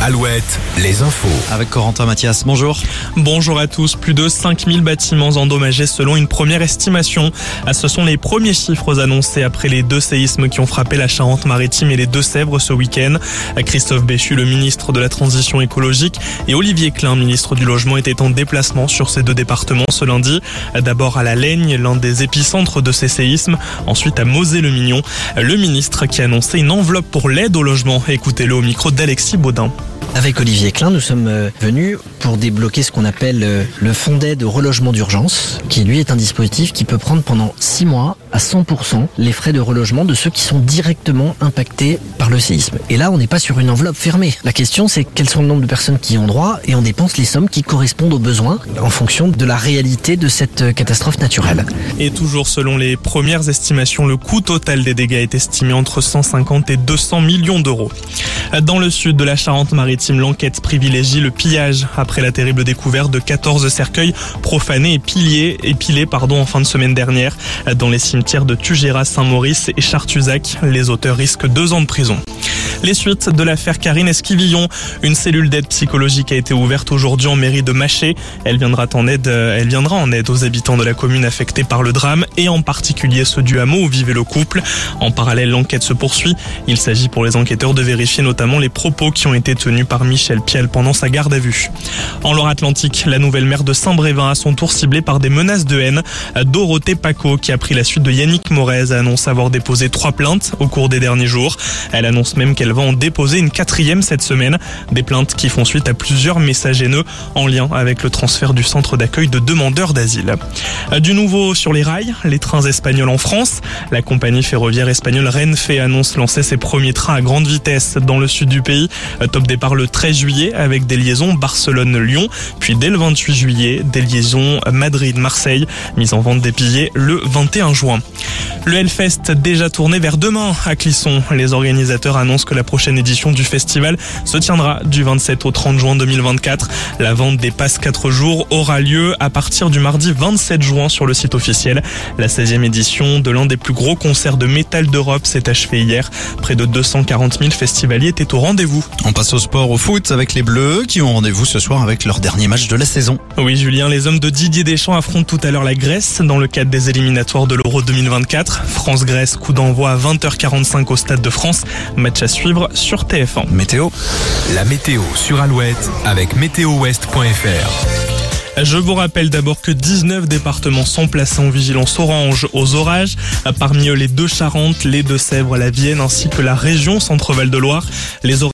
Alouette, les infos. Avec Corentin Mathias, bonjour. Bonjour à tous, plus de 5000 bâtiments endommagés selon une première estimation. Ce sont les premiers chiffres annoncés après les deux séismes qui ont frappé la Charente-Maritime et les Deux-Sèvres ce week-end. Christophe Béchu, le ministre de la Transition écologique, et Olivier Klein, ministre du Logement, étaient en déplacement sur ces deux départements ce lundi. D'abord à La Laigne, l'un des épicentres de ces séismes, ensuite à Mosée-le-Mignon. Le ministre qui a annoncé une enveloppe pour l'aide au logement. Écoutez-le au micro d'Alexis Baudin. Avec Olivier Klein, nous sommes venus pour débloquer ce qu'on appelle le fonds d'aide au relogement d'urgence, qui lui est un dispositif qui peut prendre pendant 6 mois à 100% les frais de relogement de ceux qui sont directement impactés par le séisme. Et là, on n'est pas sur une enveloppe fermée. La question, c'est quels sont le nombre de personnes qui y ont droit, et on dépense les sommes qui correspondent aux besoins en fonction de la réalité de cette catastrophe naturelle. Et toujours selon les premières estimations, le coût total des dégâts est estimé entre 150 et 200 millions d'euros. Dans le sud de la Charente-Maritime, l'enquête privilégie le pillage après la terrible découverte de 14 cercueils profanés et pilés en fin de semaine dernière dans les cimetières de Tugéras, Saint-Maurice et Chartuzac. Les auteurs risquent 2 ans de prison. Les suites de l'affaire Karine Esquivillon. Une cellule d'aide psychologique a été ouverte aujourd'hui en mairie de Maché. Elle viendra en aide aux habitants de la commune affectés par le drame et en particulier ceux du hameau où vivait le couple. En parallèle, l'enquête se poursuit. Il s'agit pour les enquêteurs de vérifier notamment les propos qui ont été tenus par Michel Pial pendant sa garde à vue. En Loire-Atlantique, la nouvelle maire de Saint-Brévin à son tour ciblée par des menaces de haine. Dorothée Paco, qui a pris la suite de Yannick Morez, annonce avoir déposé 3 plaintes au cours des derniers jours. Elle annonce même qu'elle va en déposer une 4e cette semaine. Des plaintes qui font suite à plusieurs messages haineux en lien avec le transfert du centre d'accueil de demandeurs d'asile. Du nouveau sur les rails, les trains espagnols en France. La compagnie ferroviaire espagnole Renfe annonce lancer ses premiers trains à grande vitesse dans le sud du pays. Top départ le 13 juillet avec des liaisons Barcelone-Lyon. Puis dès le 28 juillet, des liaisons Madrid-Marseille. Mise en vente des billets le 21 juin. Le Hellfest déjà tourné vers demain à Clisson. Les organisateurs annoncent que la prochaine édition du festival se tiendra du 27 au 30 juin 2024. La vente des passes 4 jours aura lieu à partir du mardi 27 juin sur le site officiel. La 16e édition de l'un des plus gros concerts de métal d'Europe s'est achevée hier. Près de 240 000 festivaliers étaient au rendez-vous. On passe au sport, au foot avec les Bleus qui ont rendez-vous ce soir avec leur dernier match de la saison. Oui Julien, les hommes de Didier Deschamps affrontent tout à l'heure la Grèce dans le cadre des éliminatoires de l'Euro 2024. France-Grèce, coup d'envoi à 20h45 au Stade de France. Match à suivre sur TF1. Météo. La météo sur Alouette avec météowest.fr. Je vous rappelle d'abord que 19 départements sont placés en vigilance orange aux orages. Parmi eux, les Deux-Charentes, les Deux-Sèvres, la Vienne ainsi que la région Centre-Val de Loire. Les